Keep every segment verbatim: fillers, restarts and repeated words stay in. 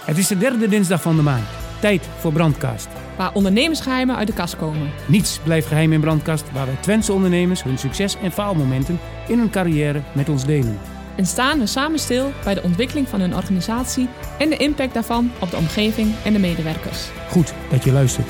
Het is de derde dinsdag van de maand. Tijd voor Brandkast. Waar ondernemersgeheimen uit de kast komen. Niets blijft geheim in Brandkast, waar wij Twentse ondernemers hun succes- en faalmomenten in hun carrière met ons delen. En staan we samen stil bij de ontwikkeling van hun organisatie en de impact daarvan op de omgeving en de medewerkers. Goed dat je luistert.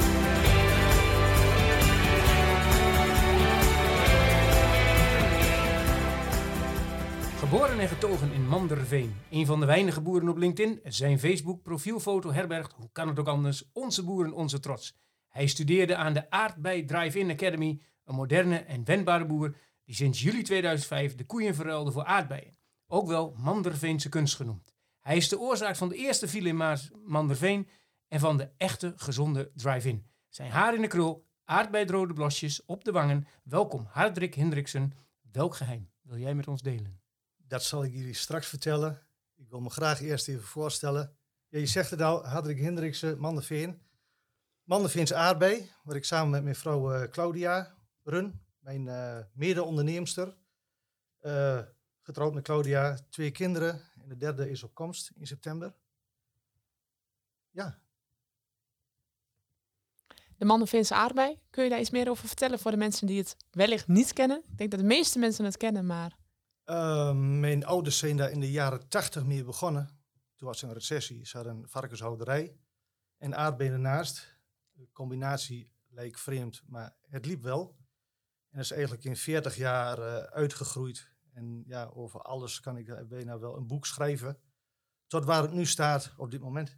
Geboren en getogen in Manderveen. Een van de weinige boeren op LinkedIn. Zijn Facebook-profielfoto herbergt, hoe kan het ook anders, onze boeren, onze trots. Hij studeerde aan de Aardbei Drive-In Academy, een moderne en wendbare boer die sinds juli tweeduizend vijf de koeien verruilde voor aardbeien. Ook wel Manderveense kunst genoemd. Hij is de oorzaak van de eerste file in Maas Manderveen en van de echte gezonde drive-in. Zijn haar in de krul, aardbeidrode blosjes op de wangen. Welkom Hardrik Hendriksen. Welk geheim wil jij met ons delen? Dat zal ik jullie straks vertellen. Ik wil me graag eerst even voorstellen. Ja, je zegt het al, Hardrik Hendriksen, Manderveen. Manderveens aardbei, waar ik samen met mijn vrouw uh, Claudia run. Mijn uh, mede-onderneemster. Uh, getrouwd met Claudia, twee kinderen. En de derde is op komst in september. Ja. De Manderveense aardbei, kun je daar iets meer over vertellen voor de mensen die het wellicht niet kennen? Ik denk dat de meeste mensen het kennen, maar... Uh, mijn ouders zijn daar in de jaren tachtig mee begonnen. Toen was er een recessie. Ze hadden een varkenshouderij en aardbeien ernaast. De combinatie leek vreemd, maar het liep wel. En dat is eigenlijk in veertig jaar uh, uitgegroeid. En ja, over alles kan ik bijna wel een boek schrijven. Tot waar het nu staat op dit moment.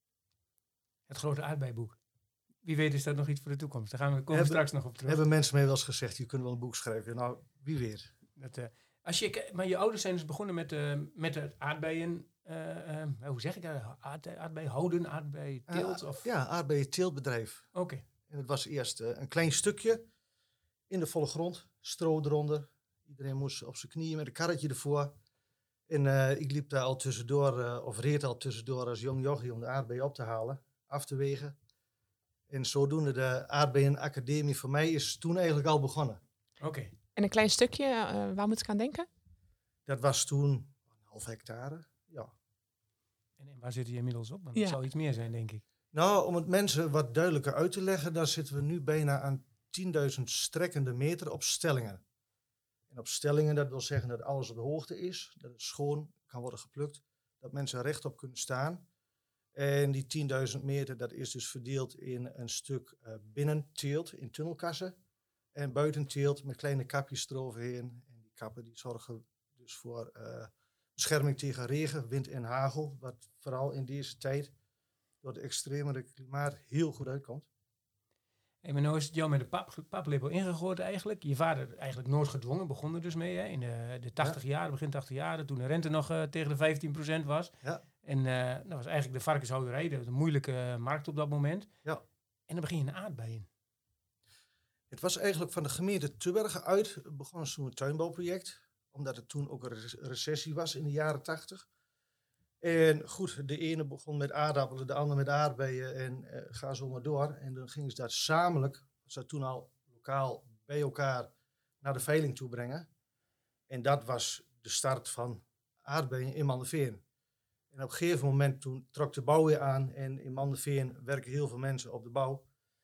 Het grote aardbeiboek. Wie weet is dat nog iets voor de toekomst. Daar gaan we, komen we hebben, straks nog op terug. Hebben mensen mij wel eens gezegd, je kunt wel een boek schrijven. Nou, wie weet. Dat, uh, als je, maar je ouders zijn dus begonnen met, uh, met het aardbeien. Uh, uh, hoe zeg ik dat? Aard, aardbei houden, aardbei teelt? Uh, of? Ja, aardbeien teeltbedrijf. Oké. Okay. En het was eerst uh, een klein stukje in de volle grond, stro eronder. Iedereen moest op zijn knieën met een karretje ervoor. En uh, ik liep daar al tussendoor, uh, of reed al tussendoor als jong jochie om de aardbeien op te halen, af te wegen. En zodoende de aardbeienacademie voor mij is toen eigenlijk al begonnen. Oké. Okay. En een klein stukje, uh, waar moet ik aan denken? Dat was toen een half hectare, ja. En, en waar zit je inmiddels op? Want ja. Het zal iets meer zijn, denk ik. Nou, om het mensen wat duidelijker uit te leggen, dan zitten we nu bijna aan tienduizend strekkende meter op stellingen. En op stellingen, dat wil zeggen dat alles op de hoogte is, dat het schoon kan worden geplukt, dat mensen rechtop kunnen staan. En die tienduizend meter, dat is dus verdeeld in een stuk uh, binnenteelt in tunnelkassen en buitenteelt met kleine kapjes eroverheen. En die kappen die zorgen dus voor uh, bescherming tegen regen, wind en hagel, wat vooral in deze tijd door het extremere klimaat heel goed uitkomt. En maar nou is het jou met de pap, paplepel ingegooid eigenlijk. Je vader eigenlijk nooit gedwongen, begon er dus mee hè? In de, de tachtig ja. jaren, begin tachtig jaren, toen de rente nog uh, tegen de vijftien procent was. Ja. En uh, dat was eigenlijk de varkenshouderij, dat was een moeilijke uh, markt op dat moment. Ja. En dan begin je een aardbeien. Het was eigenlijk van de gemeente Tubbergen uit, begon zo'n een tuinbouwproject, omdat het toen ook een recessie was in de jaren tachtig. En goed, de ene begon met aardappelen, de andere met aardbeien en uh, ga zo maar door. En dan gingen ze dat gezamenlijk, ze toen al lokaal bij elkaar, naar de veiling toe brengen. En dat was de start van aardbeien in Manderveen. En op een gegeven moment toen trok de bouw weer aan en in Manderveen werken heel veel mensen op de bouw.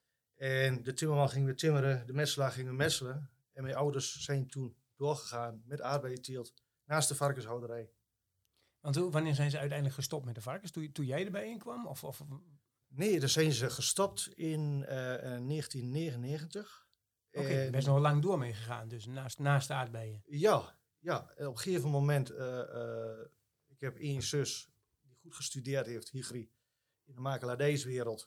En de timmerman ging weer timmeren, de metselaar ging weer metselen. En mijn ouders zijn toen doorgegaan met aardbeienteelt naast de varkenshouderij. Want wanneer zijn ze uiteindelijk gestopt met de varkens? Toen, toen jij erbij inkwam? Of, of... Nee, daar zijn ze gestopt in uh, negentien negenennegentig. Oké, okay, best nog lang door mee gegaan, dus naast, naast de aardbeien. Ja, ja. En op een gegeven moment, uh, uh, ik heb één zus die goed gestudeerd heeft, Hygri, in de makelaardijswereld.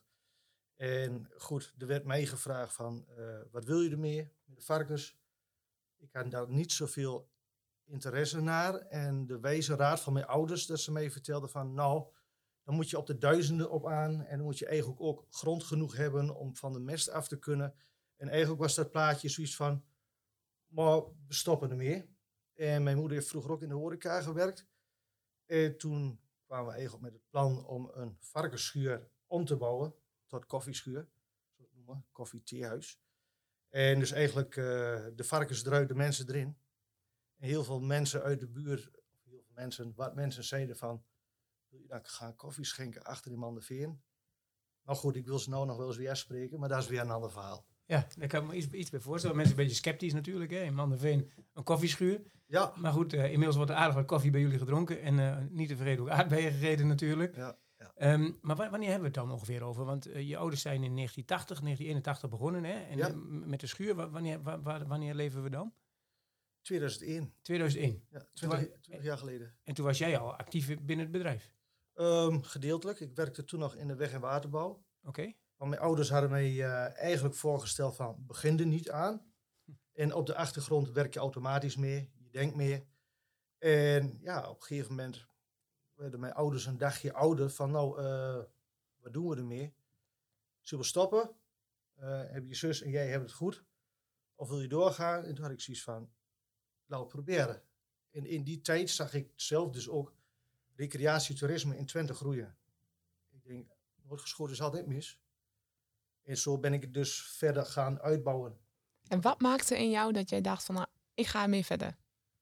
En goed, er werd mij gevraagd van, uh, wat wil je ermee met de varkens? Ik had daar niet zoveel interesse naar. En de wijze raad van mijn ouders, dat ze mij vertelden van, nou, dan moet je op de duizenden op aan. En dan moet je eigenlijk ook grond genoeg hebben om van de mest af te kunnen. En eigenlijk was dat plaatje zoiets van, maar we stoppen ermee. En mijn moeder heeft vroeger ook in de horeca gewerkt. En toen kwamen we eigenlijk met het plan om een varkensschuur om te bouwen tot koffieschuur. Zo het noemen, koffie-theehuis. En dus eigenlijk uh, de varkens eruit, de mensen erin. En heel veel mensen uit de buurt, heel veel mensen, wat mensen zeiden van, wil je dan gaan koffie schenken achter die Manderveen? Nou goed, ik wil ze nou nog wel eens weer spreken, maar dat is weer een ander verhaal. Ja, daar kan ik me iets, iets bij voorstellen. Mensen zijn een beetje sceptisch natuurlijk. Hè. In Manderveen een koffieschuur. Ja. Maar goed, uh, inmiddels wordt er aardig wat koffie bij jullie gedronken. En uh, niet te vergeten ook aardbeien gegeten natuurlijk. Ja, ja. Um, maar w- wanneer hebben we het dan ongeveer over? Want uh, je ouders zijn in negentien tachtig, negentien eenentachtig begonnen. Hè? En Ja. uh, m- met de schuur, w- wanneer, w- w- wanneer leven we dan? tweeduizend één. tweeduizend één. Ja, twintig, twintig jaar geleden. En toen was jij al actief binnen het bedrijf? Um, gedeeltelijk. Ik werkte toen nog in de weg- en waterbouw. Oké. Okay. Want mijn ouders hadden mij uh, eigenlijk voorgesteld van begin er niet aan. En op de achtergrond werk je automatisch mee. Je denkt meer. En ja, op een gegeven moment werden mijn ouders een dagje ouder van nou, uh, wat doen we ermee? Zullen we stoppen? Uh, heb je zus en jij hebben het goed? Of wil je doorgaan? En toen had ik zoiets van, laten we proberen. En in die tijd zag ik zelf dus ook recreatietoerisme in Twente groeien. Ik denk, nooit geschoten is altijd mis. En zo ben ik het dus verder gaan uitbouwen. En wat maakte in jou dat jij dacht van, nou, ik ga ermee verder?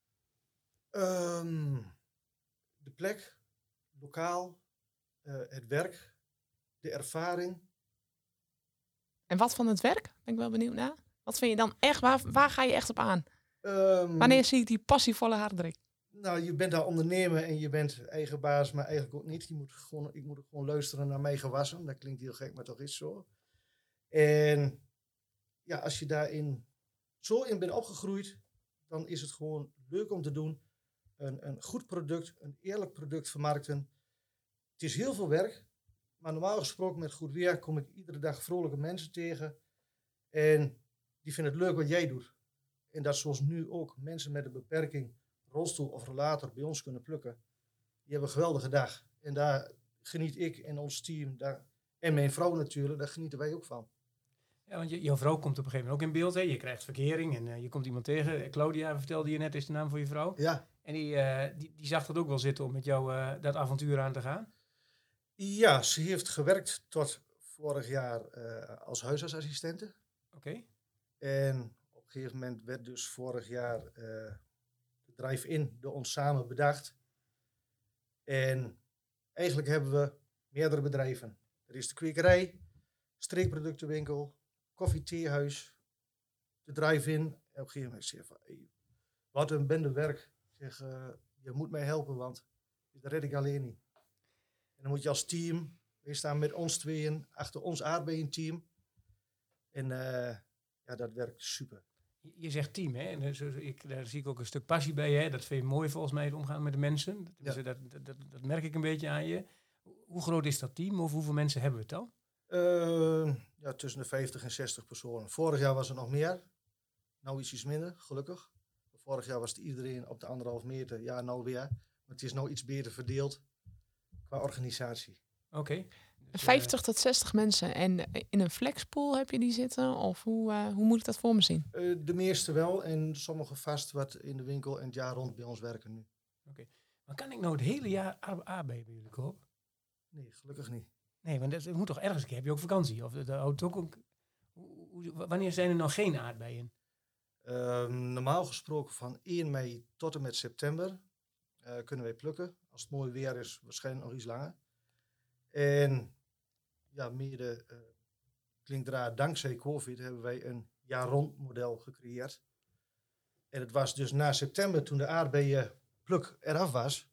Um, de plek, lokaal, uh, het werk, de ervaring. En wat van het werk? Ben ik wel benieuwd naar. Wat vind je dan echt, waar, waar ga je echt op aan? Um, Wanneer zie ik die passievolle harddruk? Nou, je bent daar ondernemer en je bent eigen baas, maar eigenlijk ook niet. Je moet gewoon, ik moet gewoon luisteren naar mijn gewassen. Dat klinkt heel gek, maar toch is zo. En ja, als je daarin zo in bent opgegroeid, dan is het gewoon leuk om te doen. Een, een goed product, een eerlijk product vermarkten. Het is heel veel werk, maar normaal gesproken met goed weer kom ik iedere dag vrolijke mensen tegen. En die vinden het leuk wat jij doet. En dat zoals nu ook mensen met een beperking, rolstoel of rollator bij ons kunnen plukken. Die hebben een geweldige dag. En daar geniet ik en ons team, daar, en mijn vrouw natuurlijk, daar genieten wij ook van. Ja, want je, jouw vrouw komt op een gegeven moment ook in beeld. Hè? Je krijgt verkering en uh, je komt iemand tegen. Claudia vertelde je net, is de naam van je vrouw. Ja. En die, uh, die, die zag dat ook wel zitten om met jou uh, dat avontuur aan te gaan? Ja, ze heeft gewerkt tot vorig jaar uh, als huisartsassistente. Oké. Okay. En op een gegeven moment werd dus vorig jaar uh, de drive-in door ons samen bedacht. En eigenlijk hebben we meerdere bedrijven. Er is de kwekerij, streekproductenwinkel, koffie-theehuis, de drive-in. En op een gegeven moment zeg ik van, hey, wat een bende werk. Ik zeg, uh, je moet mij helpen, want dat red ik alleen niet. En dan moet je als team, we staan met ons tweeën achter ons aardbeienteam. En uh, ja, dat werkt super. Je, je zegt team, hè? En dus, ik, daar zie ik ook een stuk passie bij je. Hè? Dat vind je mooi volgens mij, het omgaan met de mensen. Dus, ja. dat, dat, dat, dat merk ik een beetje aan je. Hoe groot is dat team of hoeveel mensen hebben we het dan? Uh, ja, tussen de vijftig en zestig personen. Vorig jaar was er nog meer. Nou ietsjes minder, gelukkig. Vorig jaar was het iedereen op de anderhalf meter. Ja, nou weer. Maar het is nou iets beter verdeeld qua organisatie. Oké. Okay. Dus, vijftig uh, tot zestig mensen. En in een flexpool heb je die zitten? Of hoe, uh, hoe moet ik dat voor me zien? Uh, de meeste wel. En sommige vast wat in de winkel en het jaar rond bij ons werken nu. Oké. Okay. Maar kan ik nou het hele jaar aardbeien bij jullie kopen? Nee, gelukkig niet. Nee, want dat moet toch ergens een keer. Heb je ook vakantie? Of dat houdt ook ook... Wanneer zijn er nog geen aardbeien? Uh, normaal gesproken van één mei tot en met september uh, kunnen wij plukken. Als het mooi weer is, waarschijnlijk nog iets langer. En ja, mede uh, klinkt raar, dankzij COVID hebben wij een jaar rond model gecreëerd. En het was dus na september, toen de aardbeienpluk eraf was.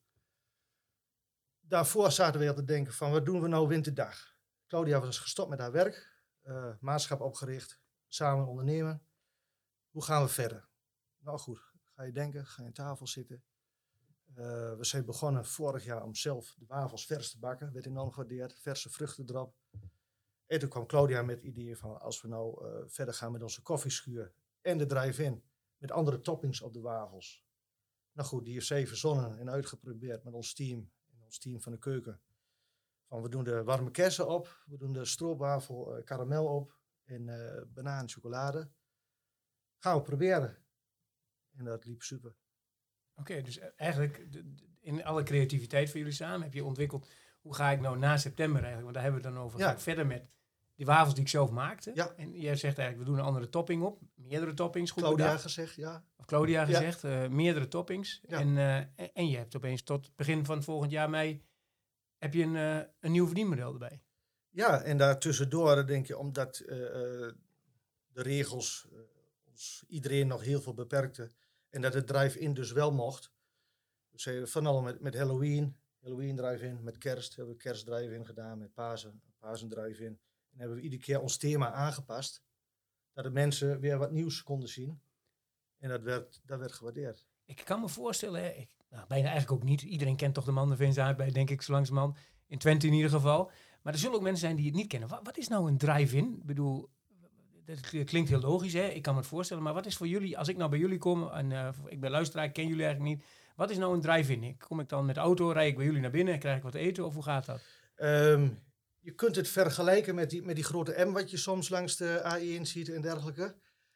Daarvoor zaten we al te denken van, wat doen we nou winterdag? Claudia was gestopt met haar werk, uh, maatschap opgericht, samen ondernemen. Hoe gaan we verder? Nou goed, ga je denken, ga je aan tafel zitten. Uh, we zijn begonnen vorig jaar om zelf de wafels vers te bakken. Werd enorm gewaardeerd, verse vruchten erop. En toen kwam Claudia met het idee van, als we nou uh, verder gaan met onze koffieschuur en de drive-in, met andere toppings op de wafels. Nou goed, die heeft zij verzonnen en uitgeprobeerd met ons team, en ons team van de keuken. Van, we doen de warme kersen op, we doen de stroopwafel uh, karamel op en uh, banaan en chocolade. Gaan we proberen. En dat liep super. Oké, okay, dus eigenlijk de, de, in alle creativiteit van jullie samen heb je ontwikkeld, hoe ga ik nou na september eigenlijk, want daar hebben we het dan over, ja. Ga ik verder met die wafels die ik zelf maakte. Ja. En jij zegt eigenlijk, we doen een andere topping op, meerdere toppings. Goed Claudia bedacht. gezegd, ja. Of Claudia ja. gezegd, uh, meerdere toppings. Ja. En, uh, en je hebt opeens tot begin van volgend jaar mei heb je een, uh, een nieuw verdienmodel erbij. Ja, en daartussendoor denk je, omdat uh, uh, de regels uh, ons iedereen nog heel veel beperkten. En dat het drive-in dus wel mocht. Dus uh, van al met, met Halloween, Halloween drive-in, met kerst hebben we kerst drive-in gedaan, met Pasen, Pasen drive-in. En hebben we iedere keer ons thema aangepast. Dat de mensen weer wat nieuws konden zien. En dat werd, dat werd gewaardeerd. Ik kan me voorstellen, hè, ik, nou, bijna eigenlijk ook niet. Iedereen kent toch de Manderveense aardbei, denk ik, zo langzamerhand. In Twente in ieder geval. Maar er zullen ook mensen zijn die het niet kennen. Wat, wat is nou een drive-in? Ik bedoel, dat klinkt heel logisch, hè? Ik kan me het voorstellen. Maar wat is voor jullie, als ik nou bij jullie kom, en uh, ik ben luisteraar, ik ken jullie eigenlijk niet. Wat is nou een drive-in? Kom ik dan met de auto, rijd ik bij jullie naar binnen en krijg ik wat eten? Of hoe gaat dat? Um, je kunt het vergelijken met die, met die grote M wat je soms langs de A één ziet en dergelijke.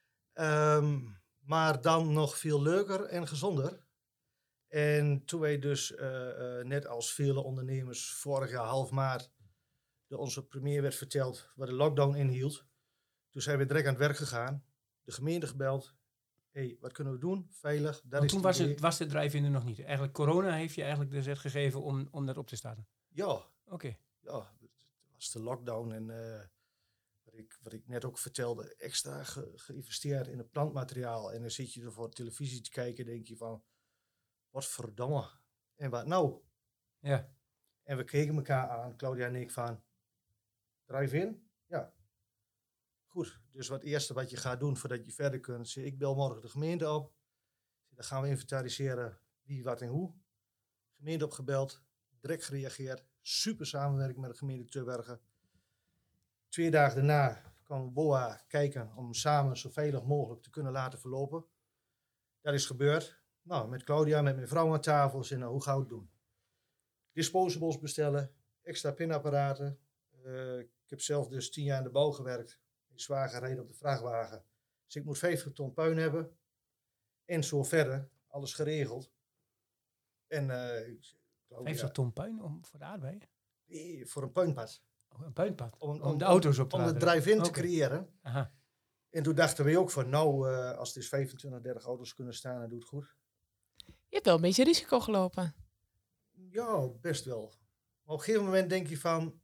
Um, maar dan nog veel leuker en gezonder. En toen wij dus, uh, uh, net als vele ondernemers, vorig jaar half maart, door onze premier werd verteld wat de lockdown inhield. Toen zijn we direct aan het werk gegaan, de gemeente gebeld. Hé, hey, wat kunnen we doen? Veilig. Dat is toen was, het, was de drive-in er nog niet. Eigenlijk corona heeft je eigenlijk de zet gegeven om, om dat op te starten. Ja. Oké. Okay. Ja, het was de lockdown en uh, wat, ik, wat ik net ook vertelde, extra ge, geïnvesteerd in het plantmateriaal. En dan zit je er voor televisie te kijken en denk je van, wat verdomme. En wat nou? Ja. En we keken elkaar aan, Claudia en ik, van, drive-in? Ja. Goed, dus wat eerste wat je gaat doen voordat je verder kunt, zeg, ik bel morgen de gemeente op. Dan gaan we inventariseren wie, wat en hoe. Gemeente opgebeld, direct gereageerd. Super samenwerking met de gemeente Tubbergen. Twee dagen daarna kwam B O A kijken om samen zo veilig mogelijk te kunnen laten verlopen. Dat is gebeurd. Nou, met Claudia, met mijn vrouw aan tafel, zei, nou, hoe gaan we het doen? Disposables bestellen, extra pinapparaten. Uh, ik heb zelf dus tien jaar in de bouw gewerkt. Zwaar gereden op de vrachtwagen. Dus ik moet vijftig ton puin hebben. En zo verder. Alles geregeld. En, uh, vijftig ton puin om, voor de aardbeien? Nee, voor een puinpad. Oh, een puinpad? Om, om, om de auto's op te Om laten. de drive-in okay. te creëren. Aha. En toen dachten we ook van, nou, uh, als er dus vijfentwintig, dertig auto's kunnen staan, dan doet het goed. Je hebt wel een beetje risico gelopen. Ja, best wel. Maar op een gegeven moment denk je van,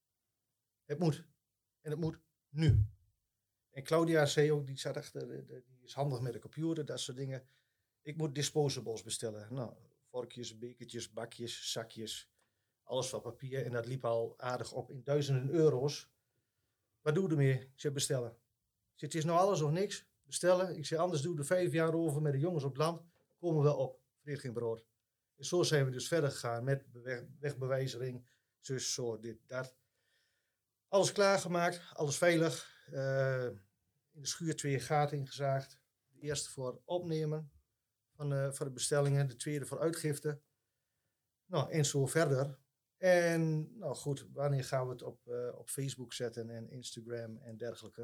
het moet. En het moet nu. En Claudia zei ook, die zat achter, die is handig met de computer, dat soort dingen. Ik moet disposables bestellen. Nou, vorkjes, bekertjes, bakjes, zakjes, alles van papier. En dat liep al aardig op in duizenden euro's. Wat doe je ermee? Ik zei, bestellen. Ik zei, het is nou alles of niks. Bestellen. Ik zei, anders doe ik er vijf jaar over met de jongens op het land. Komen we op. Vreet geen brood. En zo zijn we dus verder gegaan met weg, wegbewijzering, zus, zo, dit, dat. Alles klaargemaakt, alles veilig. Uh, in de schuur twee gaten ingezaagd. De eerste voor opnemen van, uh, van de bestellingen. De tweede voor uitgifte. Nou, en zo verder. En nou goed, wanneer gaan we het op, uh, op Facebook zetten en Instagram en dergelijke.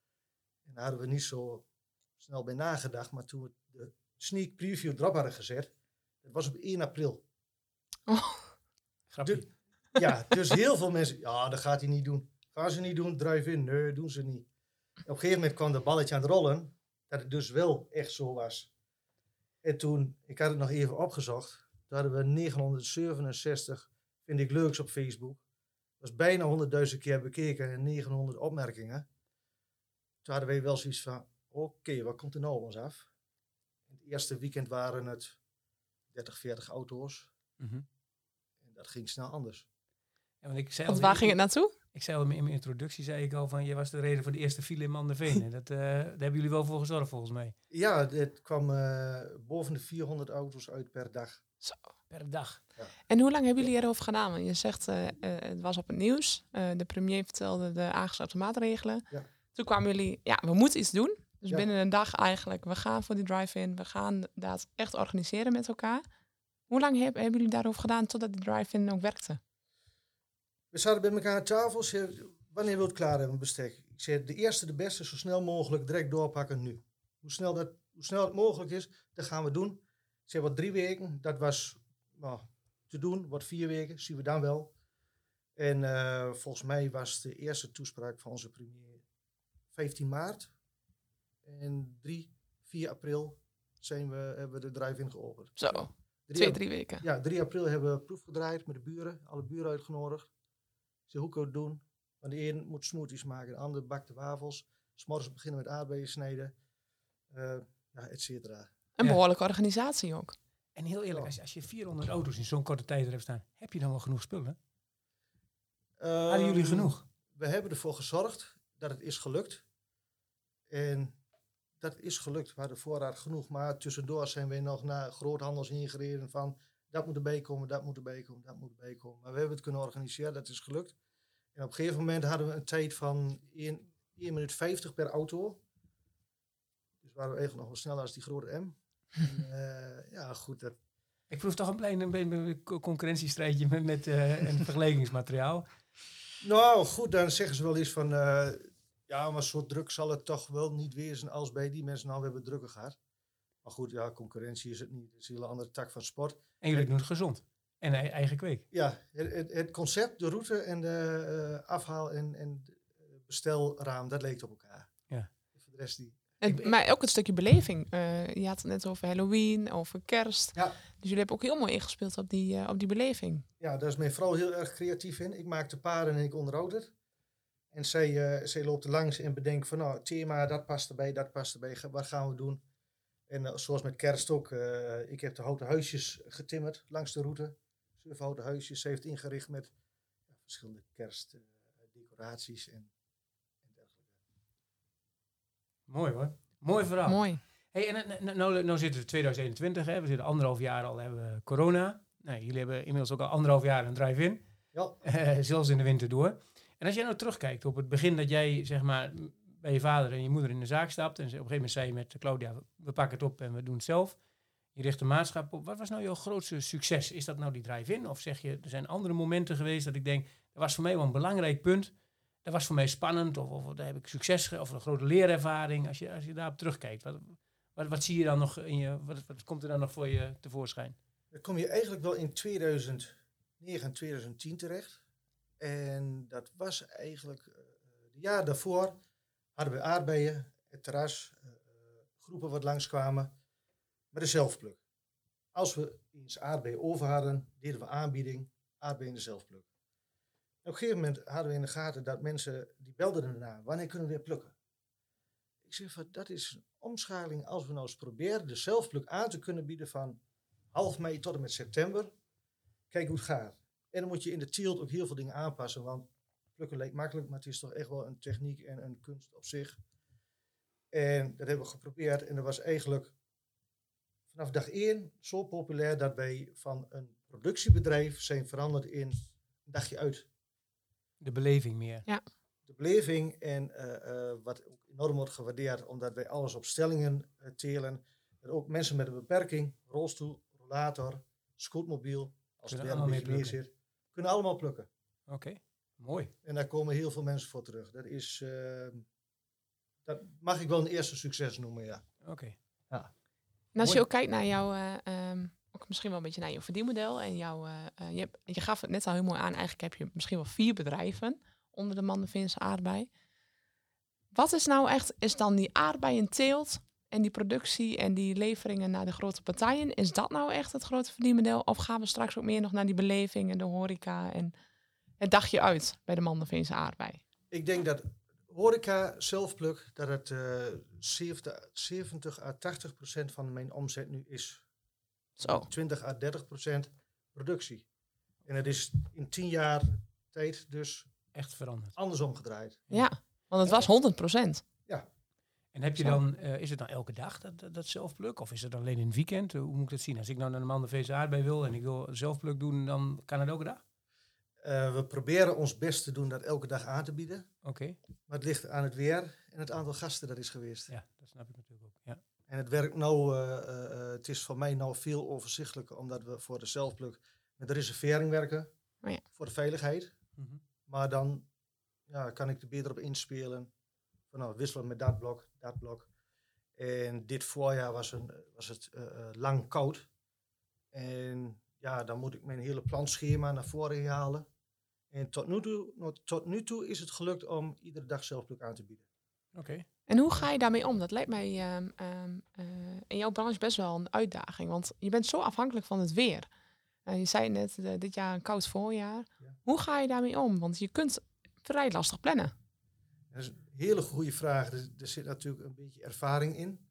En daar hadden we niet zo snel bij nagedacht. Maar toen we de sneak preview erop hadden gezet, dat was op één april. Oh. Grappig. De, ja, dus heel veel mensen, ja, dat gaat hij niet doen. Gaan ze niet doen, drive-in? Nee, doen ze niet. Op een gegeven moment kwam dat balletje aan het rollen, dat het dus wel echt zo was. En toen, ik had het nog even opgezocht, toen hadden we negenhonderdzevenenzestig, vind ik leuks op Facebook. Dat was bijna honderdduizend keer bekeken en negenhonderd opmerkingen. Toen hadden wij wel zoiets van, oké, okay, wat komt er nou op ons af? In het eerste weekend waren het dertig, veertig auto's. Mm-hmm. En dat ging snel anders. Ja, want ik zei want al, waar ging het naartoe? Ik zei al in mijn introductie, zei ik al van, je was de reden voor de eerste file in Manderveen. En dat, uh, daar hebben jullie wel voor gezorgd volgens mij. Ja, het kwam uh, boven de vierhonderd auto's uit per dag. Zo. Per dag. Ja. En hoe lang hebben jullie erover gedaan? Want je zegt, uh, uh, het was op het nieuws. Uh, de premier vertelde de aangescherpte maatregelen. Ja. Toen kwamen jullie, ja, we moeten iets doen. Dus ja. binnen een dag eigenlijk, we gaan voor die drive-in. We gaan dat echt organiseren met elkaar. Hoe lang heb, hebben jullie daarover gedaan totdat die drive-in ook werkte? We zaten bij elkaar aan tafel. Zei, wanneer wil je het klaar hebben, bestek? Ik zei, de eerste, de beste, zo snel mogelijk, direct doorpakken nu. Hoe snel, dat, hoe snel het mogelijk is, dat gaan we doen. Ik zei, wat drie weken, dat was nou, te doen. Wat vier weken, zien we dan wel. En uh, volgens mij was de eerste toespraak van onze premier vijftien maart. En drie, vier april zijn we, hebben we de drive-in geopend. Zo. Twee, drie weken. Ja, drie april hebben we proef gedraaid met de buren. Alle buren uitgenodigd. Ik zei, hoe kunnen we het doen? Want de een moet smoothies maken, de ander bakt de wafels. 's Morgens beginnen met aardbeien snijden. Uh, ja, et cetera. Een Ja. behoorlijke organisatie ook. En heel eerlijk, als je, als je vierhonderd auto's in zo'n korte tijd er hebt staan, heb je dan wel genoeg spullen? Um, Hadden jullie genoeg? We hebben ervoor gezorgd dat het is gelukt. En dat is gelukt. We hadden voorraad genoeg. Maar tussendoor zijn we nog naar groothandels ingereden van dat moet erbij komen, dat moet erbij komen, dat moet erbij komen. Maar we hebben het kunnen organiseren, dat is gelukt. En op een gegeven moment hadden we een tijd van één minuut vijftig per auto. Dus waren we eigenlijk nog wel sneller als die grote M. en, uh, ja, goed. Dat... Ik proef toch een klein een beetje een concurrentiestrijdje met, met uh, een vergelijkingsmateriaal. Nou, goed, dan zeggen ze wel eens van... Uh, ja, maar zo druk zal het toch wel niet wezen als bij die mensen. Nou, we hebben drukker gehad. Maar goed, ja, concurrentie is het niet. Het is een hele andere tak van sport. En jullie doen het gezond. En eigen kweek. Ja, het, het concept, de route en de uh, afhaal- en, en bestelraam, dat leek op elkaar. Ja. Voor de rest die... En, maar ook een stukje beleving. Uh, je had het net over Halloween, over kerst. Ja. Dus jullie hebben ook heel mooi ingespeeld op die, uh, op die beleving. Ja, daar is mijn vrouw heel erg creatief in. Ik maak de paarden en ik onderhoud het. En zij, uh, zij loopt er langs en bedenkt van, nou, thema, dat past erbij, dat past erbij. Wat gaan we doen? En uh, zoals met kerst ook. Uh, ik heb de houten huisjes getimmerd langs de route. Zeven houten huisjes. Ze heeft ingericht met ja, verschillende kerstdecoraties uh, en, en dergelijke. Mooi hoor. Mooi verhaal. Mooi. Hey, en nou, nou, nou zitten we twintig eenentwintig, hè. We zitten anderhalf jaar al, hebben we corona. Nou, jullie hebben inmiddels ook al anderhalf jaar een drive-in. Ja. Uh, zelfs in de winter door. En als jij nou terugkijkt op het begin dat jij, zeg maar, bij je vader en je moeder in de zaak stapt. En op een gegeven moment zei je met Claudia, we pakken het op en we doen het zelf. Je richt de maatschap op. Wat was nou jouw grootste succes? Is dat nou die drive-in? Of zeg je, er zijn andere momenten geweest dat ik denk, dat was voor mij wel een belangrijk punt. Dat was voor mij spannend. Of, of daar heb ik succes ge- of een grote leerervaring. Als je, als je daarop terugkijkt. Wat, wat, wat zie je dan nog in je, wat, wat komt er dan nog voor je tevoorschijn? Dan kom je eigenlijk wel in tweeduizend negen en tweeduizend tien terecht. En dat was eigenlijk, uh, het jaar daarvoor hadden we aardbeien, het terras, uh, groepen wat langskwamen met de zelfpluk. Als we eens aardbeien over hadden, deden we aanbieding, aardbeien in de zelfpluk. En op een gegeven moment hadden we in de gaten dat mensen, die belden ernaar, wanneer kunnen we weer plukken? Ik zeg van, dat is een omschakeling als we nou eens proberen de zelfpluk aan te kunnen bieden van half mei tot en met september. Kijk hoe het gaat. En dan moet je in de teelt ook heel veel dingen aanpassen, want plukken leek makkelijk, maar het is toch echt wel een techniek en een kunst op zich. En dat hebben we geprobeerd en dat was eigenlijk vanaf dag één zo populair dat wij van een productiebedrijf zijn veranderd in een dagje uit. De beleving meer. Ja. De beleving en uh, uh, wat ook enorm wordt gewaardeerd, omdat wij alles op stellingen uh, telen. Dat ook mensen met een beperking, rolstoel, rollator, scootmobiel, als het weer een beetje meer zit, kunnen allemaal plukken. Oké, okay. Mooi. En daar komen heel veel mensen voor terug. Dat is, uh, dat mag ik wel een eerste succes noemen, ja. Oké. Okay. Ja. En als je ook kijkt naar jouw, uh, um, ook misschien wel een beetje naar jouw verdienmodel en jouw, uh, uh, je, hebt, je gaf het net al heel mooi aan, eigenlijk heb je misschien wel vier bedrijven onder de Mandevinse aardbei. Wat is nou echt, is dan die aardbeienteelt en die productie en die leveringen naar de grote partijen, is dat nou echt het grote verdienmodel? Of gaan we straks ook meer nog naar die beleving en de horeca en het dagje uit bij de Mandevinse aardbei? Ik denk dat horeca, zelfpluk, dat het uh, zeventig à tachtig procent van mijn omzet nu is. Zo. twintig à dertig procent productie. En het is in tien jaar tijd dus echt veranderd. Andersom gedraaid. Ja, want het was honderd procent. Ja. En heb je dan, uh, is het dan elke dag dat, dat, dat zelfpluk? Of is het alleen in het weekend? Uh, hoe moet ik dat zien? Als ik nou naar de Mandevinse aardbei wil en ik wil zelfpluk doen, dan kan het elke dag? Uh, we proberen ons best te doen dat elke dag aan te bieden. Oké. Okay. Maar het ligt aan het weer en het aantal gasten dat is geweest. Ja, dat snap ik natuurlijk ook. Ja. En het werkt nou, uh, uh, het is voor mij nou veel overzichtelijker, omdat we voor de zelfpluk met de reservering werken. Oh ja. Voor de veiligheid. Mm-hmm. Maar dan ja, kan ik er beter op inspelen. Van nou, wisselen met dat blok, dat blok. En dit voorjaar was, een, was het uh, uh, lang koud. En ja, dan moet ik mijn hele plantschema naar voren halen. En tot nu toe, tot nu toe is het gelukt om iedere dag zelfpluk aan te bieden. Oké. Okay. En hoe ga je daarmee om? Dat lijkt mij um, um, uh, in jouw branche best wel een uitdaging. Want je bent zo afhankelijk van het weer. Uh, je zei net, uh, dit jaar een koud voorjaar. Ja. Hoe ga je daarmee om? Want je kunt vrij lastig plannen. Dat is een hele goede vraag. Er, er zit natuurlijk een beetje ervaring in.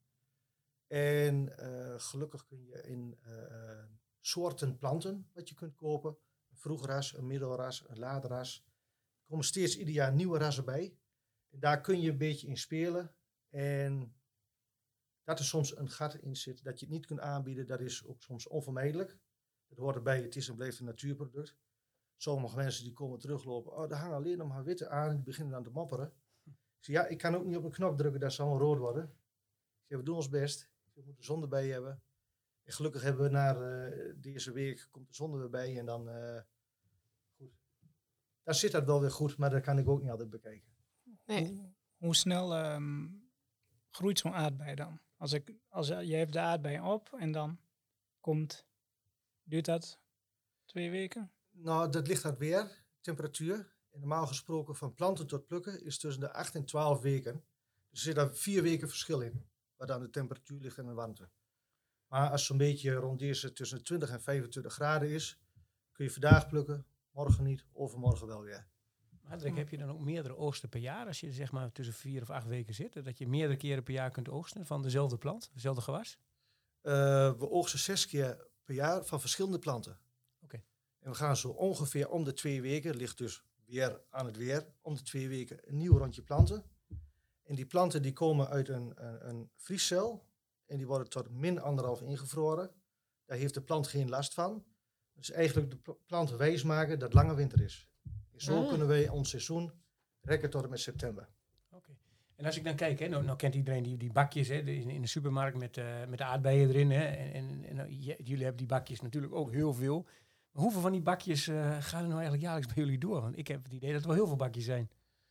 En uh, gelukkig kun je in uh, soorten planten wat je kunt kopen. Een vroegras, een middelras, een laatras. Er komen steeds ieder jaar nieuwe rassen bij. En daar kun je een beetje in spelen. En dat er soms een gat in zit dat je het niet kunt aanbieden, dat is ook soms onvermijdelijk. Dat hoort erbij, het is en blijft een natuurproduct. Sommige mensen die komen teruglopen, oh, daar hangen alleen nog maar witte aan en die beginnen dan te mopperen. Ik zeg, ja, ik kan ook niet op een knop drukken dat ze allemaal rood worden. Ik zeg, we doen ons best. We moeten de zon erbij hebben. En gelukkig hebben we na uh, deze week, komt de zon er weer bij en dan, uh, goed. Dan zit dat wel weer goed, maar dat kan ik ook niet altijd bekijken. Nee. Hoe, hoe snel um, groeit zo'n aardbei dan? Als ik, als je hebt de aardbei op en dan komt, duurt dat twee weken? Nou, dat ligt aan het weer, temperatuur. En normaal gesproken van planten tot plukken is tussen de acht en twaalf weken. Dus er zit daar vier weken verschil in, waar dan de temperatuur ligt en de warmte. Maar als zo'n beetje rond deze tussen de twintig en vijfentwintig graden is, kun je vandaag plukken, morgen niet, overmorgen wel weer. Hendrik, heb je dan ook meerdere oogsten per jaar als je zeg maar tussen vier of acht weken zit? Dat je meerdere keren per jaar kunt oogsten van dezelfde plant, dezelfde gewas? Uh, we oogsten zes keer per jaar van verschillende planten. Oké. Okay. En we gaan zo ongeveer om de twee weken, ligt dus weer aan het weer, om de twee weken een nieuw rondje planten. En die planten die komen uit een, een, een vriescel en die worden tot min anderhalf ingevroren. Daar heeft de plant geen last van. Dus eigenlijk de plant wijs maken dat lange winter is. En zo ah. kunnen wij ons seizoen rekken tot en met september. Oké. Okay. En als ik dan kijk, hè, nou, nou kent iedereen die, die bakjes hè, in, in de supermarkt met, uh, met de aardbeien erin. Hè, en en, en nou, j- jullie hebben die bakjes natuurlijk ook heel veel. Maar hoeveel van die bakjes uh, gaan er nou eigenlijk jaarlijks bij jullie door? Want ik heb het idee dat er wel heel veel bakjes zijn.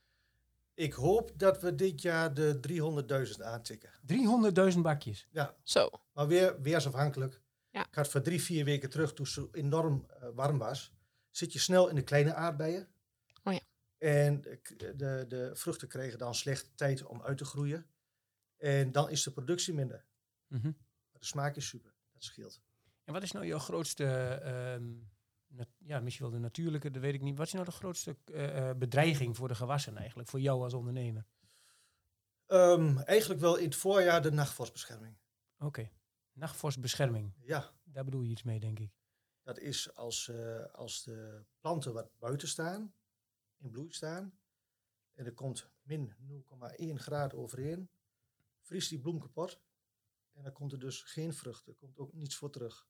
Ik hoop dat we dit jaar de driehonderdduizend aantikken. driehonderdduizend bakjes? Ja. Zo. Maar weer weersafhankelijk. Ja. Ik had voor drie, vier weken terug, toen het zo enorm uh, warm was, zit je snel in de kleine aardbeien. Oh ja. En de, de, de vruchten kregen dan slecht tijd om uit te groeien. En dan is de productie minder. Mm-hmm. Maar de smaak is super. Dat scheelt. En wat is nou jouw grootste, uh, nat- ja, misschien wel de natuurlijke, dat weet ik niet. Wat is nou de grootste uh, bedreiging voor de gewassen eigenlijk, voor jou als ondernemer? Um, eigenlijk wel in het voorjaar de nachtvorstbescherming. Oké, okay. Nachtvorstbescherming. Ja. Daar bedoel je iets mee, denk ik. Dat is als, uh, als de planten wat buiten staan, in bloei staan, en er komt min nul komma één graden overheen, vriest die bloem kapot. En dan komt er dus geen vrucht, er komt ook niets voor terug.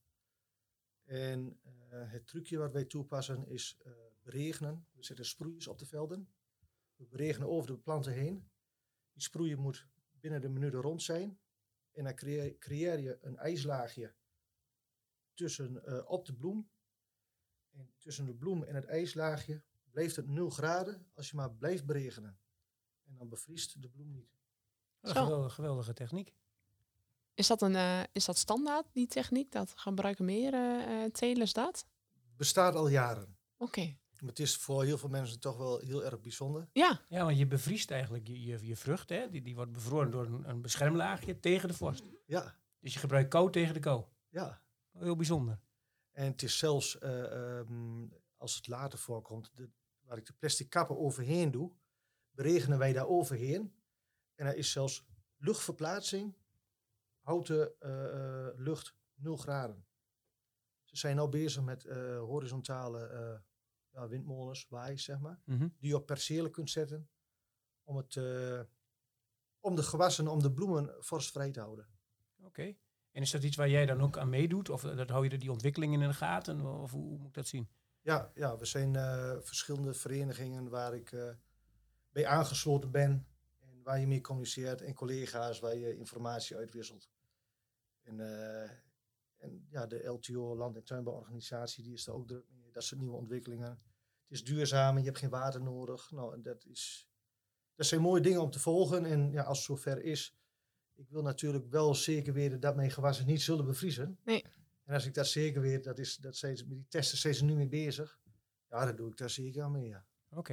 En uh, het trucje wat wij toepassen is uh, beregenen. We zetten sproeiers op de velden. We beregenen over de planten heen. Die sproeier moet binnen de minuten rond zijn. En dan creëer, creëer je een ijslaagje tussen, uh, op de bloem. En tussen de bloem en het ijslaagje blijft het nul graden als je maar blijft beregenen. En dan bevriest de bloem niet. Een geweldige, geweldige techniek. Is dat, een, uh, is dat standaard, die techniek? Dat gebruiken meer uh, telers dat? Bestaat al jaren. Oké. Okay. Maar het is voor heel veel mensen toch wel heel erg bijzonder. Ja. Ja, want je bevriest eigenlijk je, je, je vrucht. Hè? Die, die wordt bevroren door een, een beschermlaagje tegen de vorst. Ja. Dus je gebruikt kou tegen de kou. Ja. Heel bijzonder. En het is zelfs, uh, um, als het later voorkomt, de, waar ik de plastic kappen overheen doe, beregenen wij daar overheen. En er is zelfs luchtverplaatsing. Houdt de uh, lucht nul graden. Ze zijn al bezig met uh, horizontale uh, ja, windmolens, waaiers, zeg maar. Mm-hmm. Die je op percelen kunt zetten. Om, het, uh, om de gewassen, om de bloemen vorstvrij te houden. Oké. Okay. En is dat iets waar jij dan ook aan meedoet? Of dat hou je die ontwikkelingen in de gaten? Of hoe, hoe moet ik dat zien? Ja, ja we zijn uh, verschillende verenigingen waar ik uh, bij aangesloten ben. Waar je mee communiceert en collega's waar je informatie uitwisselt. En, uh, en ja, de L T O, Land- en Tuinbouworganisatie, die is daar ook druk mee. Dat zijn nieuwe ontwikkelingen. Het is duurzaam, je hebt geen water nodig. Nou, dat, is, dat zijn mooie dingen om te volgen. En ja, als het zover is, ik wil natuurlijk wel zeker weten dat mijn gewassen niet zullen bevriezen. Nee. En als ik dat zeker weet, dat is, dat zijn, met die testen zijn ze nu mee bezig. Ja, dan doe ik daar zeker aan mee, ja. Oké. Okay.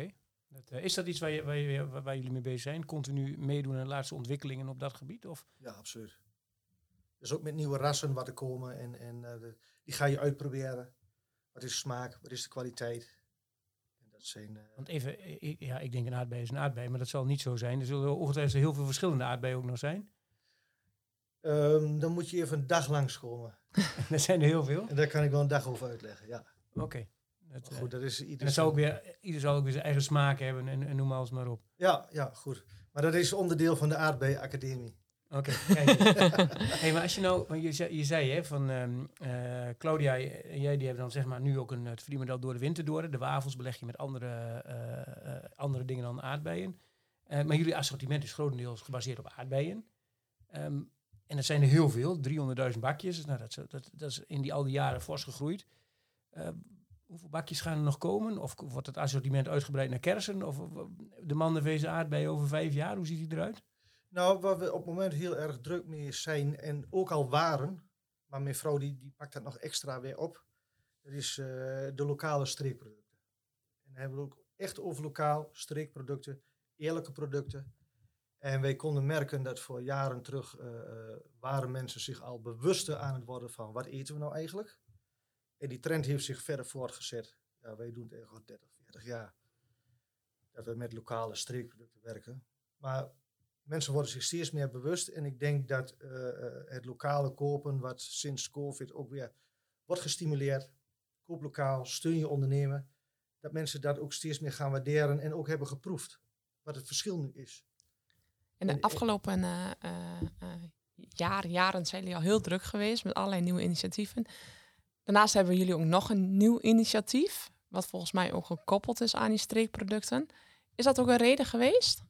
Dat, uh, is dat iets waar, je, waar, je, waar, waar jullie mee bezig zijn? Continu meedoen aan de laatste ontwikkelingen op dat gebied? Of? Ja, absoluut. Dus ook met nieuwe rassen wat er komen. En, en uh, de, die ga je uitproberen. Wat is de smaak? Wat is de kwaliteit? En dat zijn, uh, Want even, ik, ja, ik denk een aardbei is een aardbei, maar dat zal niet zo zijn. Er zullen ongetwijfeld heel veel verschillende aardbeien ook nog zijn. Um, dan moet je even een dag langskomen. Dat zijn er heel veel? En daar kan ik wel een dag over uitleggen, ja. Oké. Okay. Dat, goed, dat is ieder. En dat zal ook weer, ieder zal ook weer zijn eigen smaak hebben en, en noem alles maar op. Ja, ja, goed. Maar dat is onderdeel van de Aardbei-academie. Oké, okay, hey, maar als je nou, je zei, je zei hè, van um, uh, Claudia en jij die hebben dan zeg maar nu ook een het verdienmodel door de winter door. De wafels beleg je met andere, uh, uh, andere dingen dan aardbeien. Uh, maar jullie assortiment is grotendeels gebaseerd op aardbeien. Um, en dat zijn er heel veel, driehonderdduizend bakjes. Nou, dat, dat, dat is in die al die jaren fors gegroeid. Uh, hoeveel bakjes gaan er nog komen? Of wordt het assortiment uitgebreid naar kersen? Of de mandenvezen aardbeien over vijf jaar? Hoe ziet die eruit? Nou, waar we op het moment heel erg druk mee zijn en ook al waren, maar mijn vrouw die, die pakt dat nog extra weer op, dat is uh, de lokale streekproducten. En dan hebben we ook echt over lokaal streekproducten, eerlijke producten. En wij konden merken dat voor jaren terug uh, waren mensen zich al bewuster aan het worden van wat eten we nou eigenlijk. En die trend heeft zich verder voortgezet. Ja, wij doen het echt al dertig, veertig jaar. Dat we met lokale streekproducten werken. Maar mensen worden zich steeds meer bewust. En ik denk dat uh, het lokale kopen, wat sinds COVID ook weer wordt gestimuleerd. Koop lokaal, steun je ondernemen. Dat mensen dat ook steeds meer gaan waarderen en ook hebben geproefd. Wat het verschil nu is. En de afgelopen uh, uh, uh, jaren, jaren zijn jullie al heel druk geweest met allerlei nieuwe initiatieven. Daarnaast hebben jullie ook nog een nieuw initiatief, wat volgens mij ook gekoppeld is aan die streekproducten. Is dat ook een reden geweest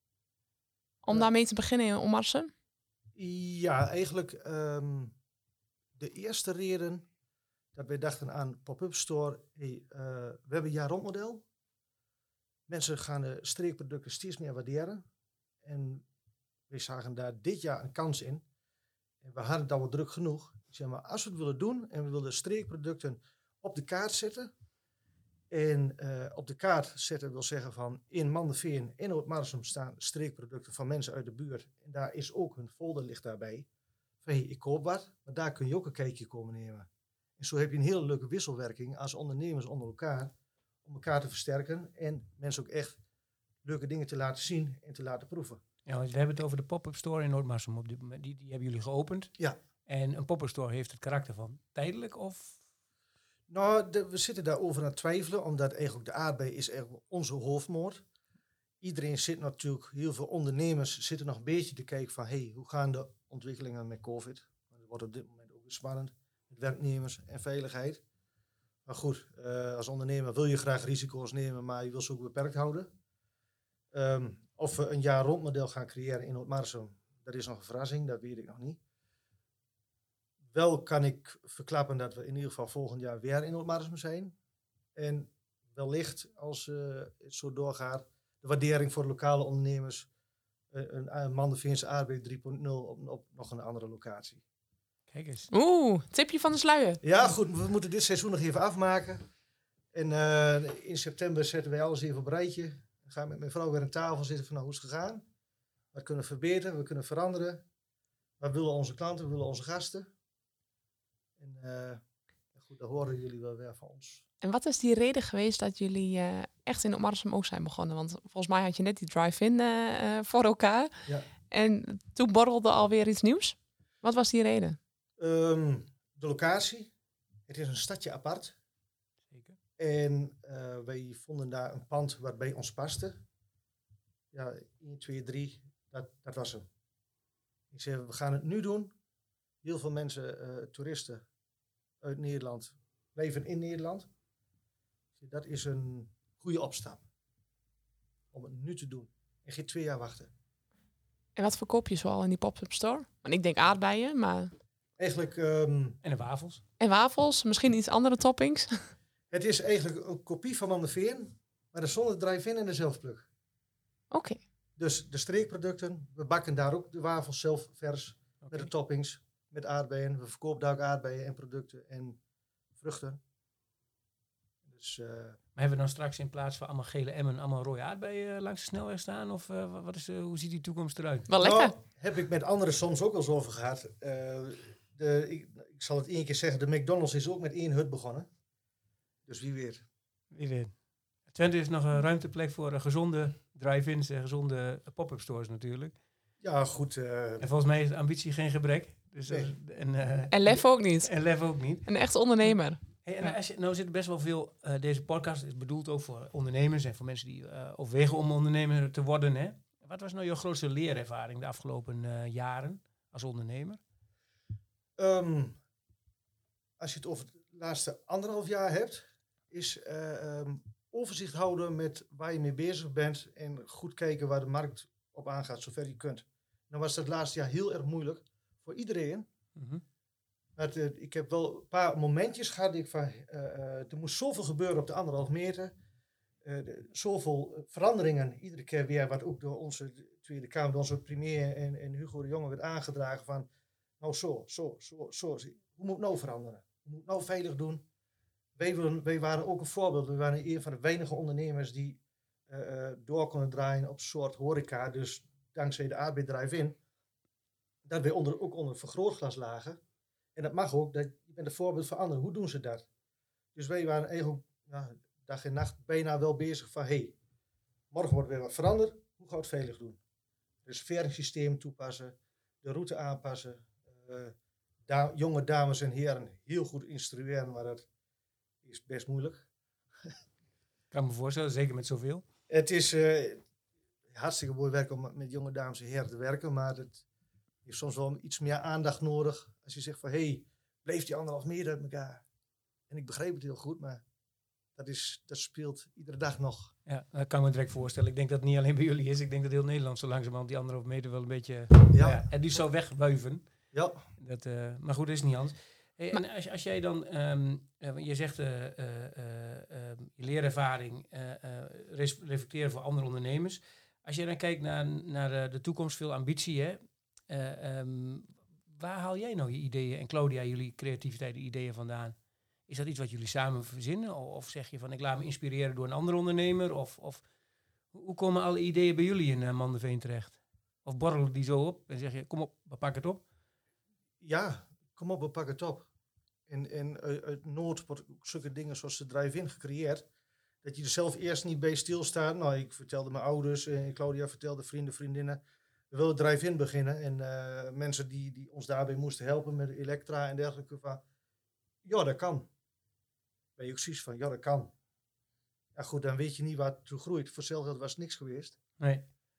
om ja. daarmee te beginnen in Omarsum? Ja, eigenlijk um, de eerste reden dat wij dachten aan pop-up store. Hey, uh, we hebben een jaar-rondmodel. Mensen gaan de streekproducten steeds meer waarderen. En wij zagen daar dit jaar een kans in. En we hadden het al wel druk genoeg. Ik zeg maar, als we het willen doen en we willen streekproducten op de kaart zetten. En uh, op de kaart zetten wil zeggen van in Manderveen en Oud-Marsum staan streekproducten van mensen uit de buurt. En daar is ook hun folder ligt daarbij. Van hey, ik koop wat, maar daar kun je ook een kijkje komen nemen. En zo heb je een hele leuke wisselwerking als ondernemers onder elkaar. Om elkaar te versterken en mensen ook echt leuke dingen te laten zien en te laten proeven. Ja, want we hebben het over de pop-up store in Oud-Marsum op dit moment. Die, die hebben jullie geopend. Ja. En een pop-up store heeft het karakter van tijdelijk of? Nou, de, we zitten daarover aan het twijfelen, omdat eigenlijk de aardbei is eigenlijk onze hoofdmoot. Iedereen zit natuurlijk, heel veel ondernemers zitten nog een beetje te kijken van, hey, hoe gaan de ontwikkelingen met COVID? Dat wordt op dit moment ook weer spannend, met werknemers en veiligheid. Maar goed, uh, als ondernemer wil je graag risico's nemen, maar je wil ze ook beperkt houden. Um, of we een jaar rond model gaan creëren in Oud-Marsum, dat is nog een verrassing, dat weet ik nog niet. Wel kan ik verklappen dat we in ieder geval volgend jaar weer in Oud-Marsum zijn. En wellicht, als uh, het zo doorgaat, de waardering voor de lokale ondernemers, uh, een, een Manderveense aardbei drie punt nul op, op nog een andere locatie. Kijk eens. Oeh, tipje van de sluier. Ja, goed, we moeten dit seizoen nog even afmaken. En uh, in september zetten wij alles even op een rijtje. Dan gaan we met mijn vrouw weer aan tafel zitten van nou, hoe is het gegaan? Wat kunnen we verbeteren, wat kunnen we veranderen? Wat willen onze klanten, wat willen onze gasten? En uh, goed, daar horen jullie wel weer van ons. En wat is die reden geweest dat jullie uh, echt in Oud-Marsum ook zijn begonnen? Want volgens mij had je net die drive-in uh, uh, voor elkaar. Ja. En toen borrelde alweer iets nieuws. Wat was die reden? Um, de locatie. Het is een stadje apart. Zeker. En uh, wij vonden daar een pand wat bij ons paste. Ja, één, twee, drie, dat, dat was hem. Ik zei, we gaan het nu doen. Heel veel mensen, uh, toeristen uit Nederland, leven in Nederland. Dat is een goede opstap. Om het nu te doen. En geen twee jaar wachten. En wat verkoop je zoal in die pop-up store? Want ik denk aardbeien, maar... Eigenlijk... Um, en de wafels. En wafels, misschien iets andere toppings. Het is eigenlijk een kopie van Manderveen, maar dan zonder drive-in en de zelfpluk. Oké. Okay. Dus de streekproducten, we bakken daar ook de wafels zelf vers. Okay. Met de toppings. Met aardbeien. We verkopen daar ook aardbeien en producten en vruchten. Dus, uh, maar hebben we dan straks in plaats van allemaal gele emmen allemaal rode aardbeien uh, langs de snelweg staan? Of uh, wat is, uh, hoe ziet die toekomst eruit? Wel lekker. Nou, heb ik met anderen soms ook wel eens over gehad. Uh, de, ik, ik zal het één keer zeggen, de McDonald's is ook met één hut begonnen. Dus wie weet. Wie weet. Twente is nog een ruimteplek voor uh, gezonde drive-ins en gezonde uh, pop-up stores natuurlijk. Ja, goed. Uh, en volgens mij is de ambitie geen gebrek. Dus, nee. uh, en, uh, en lef ook niet. En lef ook niet. Een echte ondernemer. Hey, en als je, nou zit er best wel veel, uh, deze podcast is bedoeld ook voor ondernemers en voor mensen die uh, overwegen om ondernemer te worden. Hè? Wat was nou je grootste leerervaring de afgelopen uh, jaren als ondernemer? Um, als je het over de laatste anderhalf jaar hebt, is uh, um, overzicht houden met waar je mee bezig bent en goed kijken waar de markt op aangaat, zover je kunt. Nou was dat laatste jaar heel erg moeilijk voor iedereen. Mm-hmm. Maar uh, ik heb wel een paar momentjes gehad. Ik van, uh, uh, er moest zoveel gebeuren op de anderhalf meter. Uh, de, zoveel veranderingen, iedere keer weer, wat ook door onze Tweede Kamer, onze premier en, en Hugo de Jonge werd aangedragen van, nou zo, zo, zo, zo. Hoe moet het nou veranderen? Hoe moet het nou veilig doen? Wij, willen, wij waren ook een voorbeeld. We waren een van de weinige ondernemers die uh, door konden draaien op een soort horeca. Dus dankzij de aardbei drive-in. Dat wij onder, ook onder een vergrootglas lagen. En dat mag ook. Dat, je bent een voorbeeld voor anderen. Hoe doen ze dat? Dus wij waren eigenlijk ja, dag en nacht bijna wel bezig van... Hé, hey, morgen wordt weer wat veranderd. Hoe gaan we het veilig doen? Het reserveringssysteem toepassen. De route aanpassen. Uh, da- jonge dames en heren heel goed instrueren. Maar dat is best moeilijk. Ik kan me voorstellen, zeker met zoveel. Het is uh, hartstikke mooi werk om met jonge dames en heren te werken. Maar het heeft soms wel iets meer aandacht nodig. Als je zegt van, hé, hey, bleef die anderhalf meter uit elkaar. En ik begreep het heel goed, maar dat, is, dat speelt iedere dag nog. Ja, dat kan ik me direct voorstellen. Ik denk dat het niet alleen bij jullie is. Ik denk dat heel Nederland zo langzamerhand die anderhalf meter wel een beetje... Ja. ja en die zou wegwuiven. Ja. Dat, uh, maar goed, dat is niet anders. Hey, en als, als jij dan, um, uh, je zegt uh, uh, uh, uh, je leerervaring uh, uh, res- reflecteren voor andere ondernemers. Als je dan kijkt naar, naar uh, de toekomst, veel ambitie, hè? Uh, um, waar haal jij nou je ideeën en Claudia, jullie creativiteit en ideeën vandaan? Is dat iets wat jullie samen verzinnen? Of, of zeg je van, ik laat me inspireren door een andere ondernemer? Of, of hoe komen alle ideeën bij jullie in uh, Manderveen terecht? Of borrelen die zo op en zeg je, kom op, we pakken het op? Ja, kom op, we pakken het op. En, en uit, uit nood wordt ook zulke dingen zoals de drive-in gecreëerd. Dat je er zelf eerst niet bij stilstaat. Nou, ik vertelde mijn ouders en Claudia vertelde vrienden, vriendinnen. We willen drive-in beginnen. En uh, mensen die, die ons daarbij moesten helpen met elektra en dergelijke. Van, ja, dat kan. Ben je ook zoiets van, ja, dat kan. Ja goed, dan weet je niet waar het toe groeit. Voor hetzelfde was het niks geweest. Nee.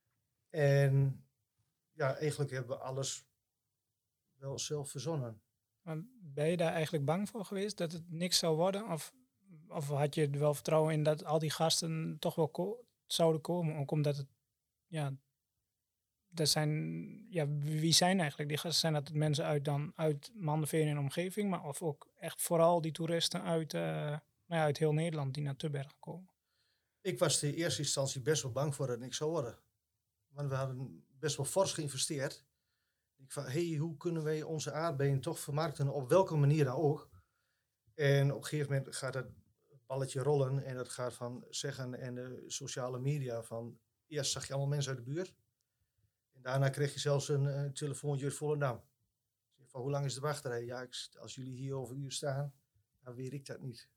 En ja, eigenlijk hebben we alles wel zelf verzonnen. Maar ben je daar eigenlijk bang voor geweest dat het niks zou worden? Of, of had je er wel vertrouwen in dat al die gasten toch wel ko- zouden komen? Ook omdat het, ja, dat zijn, ja, wie zijn eigenlijk die gasten? Zijn dat mensen uit, dan, uit Manderveen en omgeving? Maar of ook echt vooral die toeristen uit, uh, nou ja, uit heel Nederland die naar Tubbergen komen? Ik was in eerste instantie best wel bang voor dat het niks zou worden. Want we hadden best wel fors geïnvesteerd. Ik van, hé, hey, hoe kunnen wij onze aardbeien toch vermarkten, op welke manier dan ook. En op een gegeven moment gaat het balletje rollen en dat gaat van zeggen en de sociale media van, eerst zag je allemaal mensen uit de buurt. En daarna kreeg je zelfs een, een telefoontje uit Volendam. Van, hoe lang is de wachtrij? Ja, ik, als jullie hier over uur staan, dan weet ik dat niet.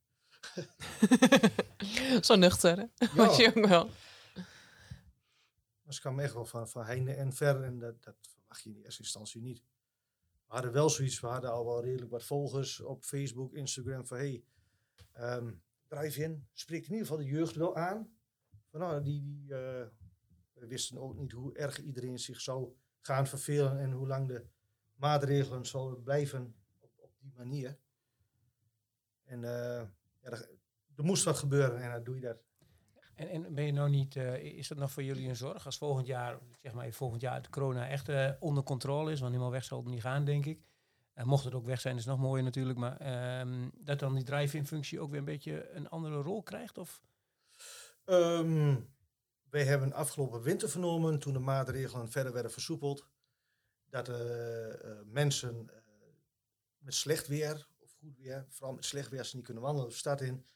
Zo nuchter, hè? Ja. Was je ook wel. Maar ze kwamen echt wel van, van heinde en ver en dat, dat verwacht je in eerste instantie niet. We hadden wel zoiets, we hadden al wel redelijk wat volgers op Facebook, Instagram van hey, um, drive-in spreekt in ieder geval de jeugd wel aan. Van, nou, die, die, uh, we wisten ook niet hoe erg iedereen zich zou gaan vervelen en hoe lang de maatregelen zouden blijven op, op die manier. En uh, ja, er, er moest wat gebeuren en dan doe je dat. En, en ben je nou niet, uh, is dat nog voor jullie een zorg als volgend jaar, zeg maar volgend jaar de corona echt uh, onder controle is, want helemaal weg zal het niet gaan, denk ik. Uh, mocht het ook weg zijn, is het nog mooier natuurlijk, maar um, dat dan die drive-in functie ook weer een beetje een andere rol krijgt? Of? Um, wij hebben afgelopen winter vernomen, toen de maatregelen verder werden versoepeld, dat uh, uh, mensen uh, met slecht weer, of goed weer, vooral met slecht weer, als ze niet kunnen wandelen de stad in,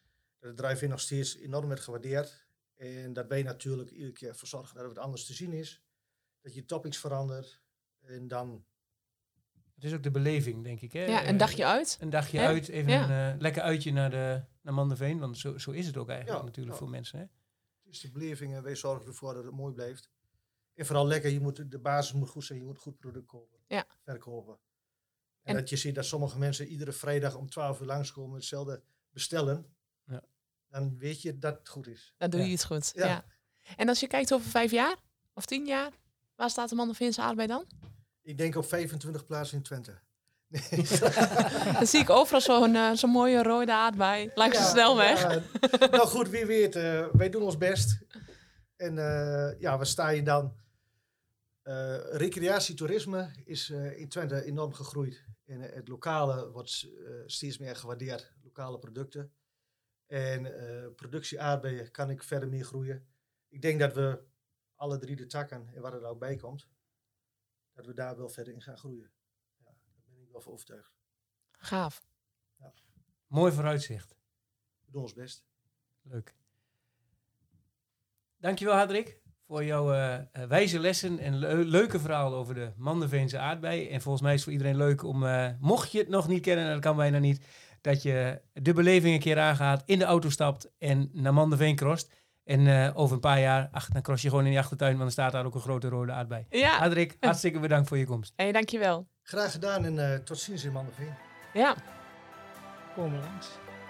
de drive-in nog steeds enorm werd gewaardeerd. En dat wij natuurlijk iedere keer ervoor zorgen dat het anders te zien is. Dat je toppings verandert. En dan... Het is ook de beleving, denk ik. Hè? Ja, een dagje uit. Een dagje Hè? uit, even Ja. een uh, lekker uitje naar, de, naar Manderveen. Want zo, zo is het ook eigenlijk Ja, natuurlijk ja. voor mensen. Hè? Het is de beleving en wij zorgen ervoor dat het mooi blijft. En vooral lekker, je moet, de basis moet goed zijn, je moet goed product kopen, Ja. verkopen. En, En- dat je ziet dat sommige mensen iedere vrijdag om twaalf uur langskomen hetzelfde bestellen. Ja. Dan weet je dat het goed is. Dan doe Ja. je het goed. Ja. Ja. En als je kijkt over vijf jaar of tien jaar, waar staat de Manderveense aardbei dan? Ik denk op vijfentwintig plaatsen in Twente. Nee. Dan zie ik overal zo'n uh, zo'n mooie rode aardbei langs de snelweg. Ja, nou goed, wie weet. Uh, wij doen ons best. En uh, ja, waar sta je dan? Uh, recreatietoerisme is uh, in Twente enorm gegroeid. En uh, het lokale wordt uh, steeds meer gewaardeerd. Lokale producten. En uh, productie aardbeien kan ik verder meer groeien. Ik denk dat we alle drie de takken en wat er ook bij komt, dat we daar wel verder in gaan groeien. Ja, daar ben ik wel voor overtuigd. Gaaf. Mooi vooruitzicht. We doen ons best. Leuk. Dankjewel, Hadrik, voor jouw uh, wijze lessen en le- leuke verhaal over de Manderveense aardbei. En volgens mij is het voor iedereen leuk om, uh, mocht je het nog niet kennen, en dat kan bijna niet, dat je de beleving een keer aangaat, in de auto stapt en naar Manderveen crost. En uh, over een paar jaar, ach, dan cross je gewoon in je achtertuin, want dan staat daar ook een grote rode aardbei. Ja. Hadrik, hartstikke bedankt voor je komst. Hé, hey, dankjewel. Graag gedaan en uh, tot ziens in Manderveen. Ja. Komen langs.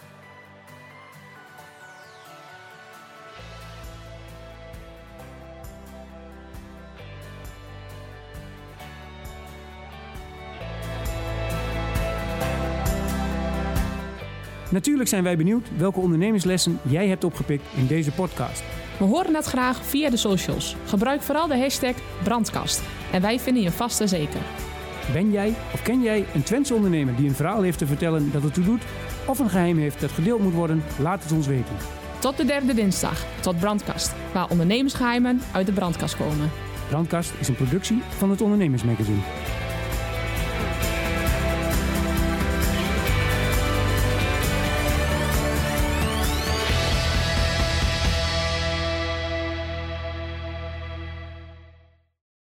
Natuurlijk zijn wij benieuwd welke ondernemerslessen jij hebt opgepikt in deze podcast. We horen het graag via de socials. Gebruik vooral de hashtag brandkast. En wij vinden je vast en zeker. Ben jij of ken jij een Twentse ondernemer die een verhaal heeft te vertellen dat het toe doet? Of een geheim heeft dat gedeeld moet worden? Laat het ons weten. Tot de derde dinsdag, tot Brandkast. Waar ondernemersgeheimen uit de brandkast komen. Brandkast is een productie van het Ondernemersmagazine.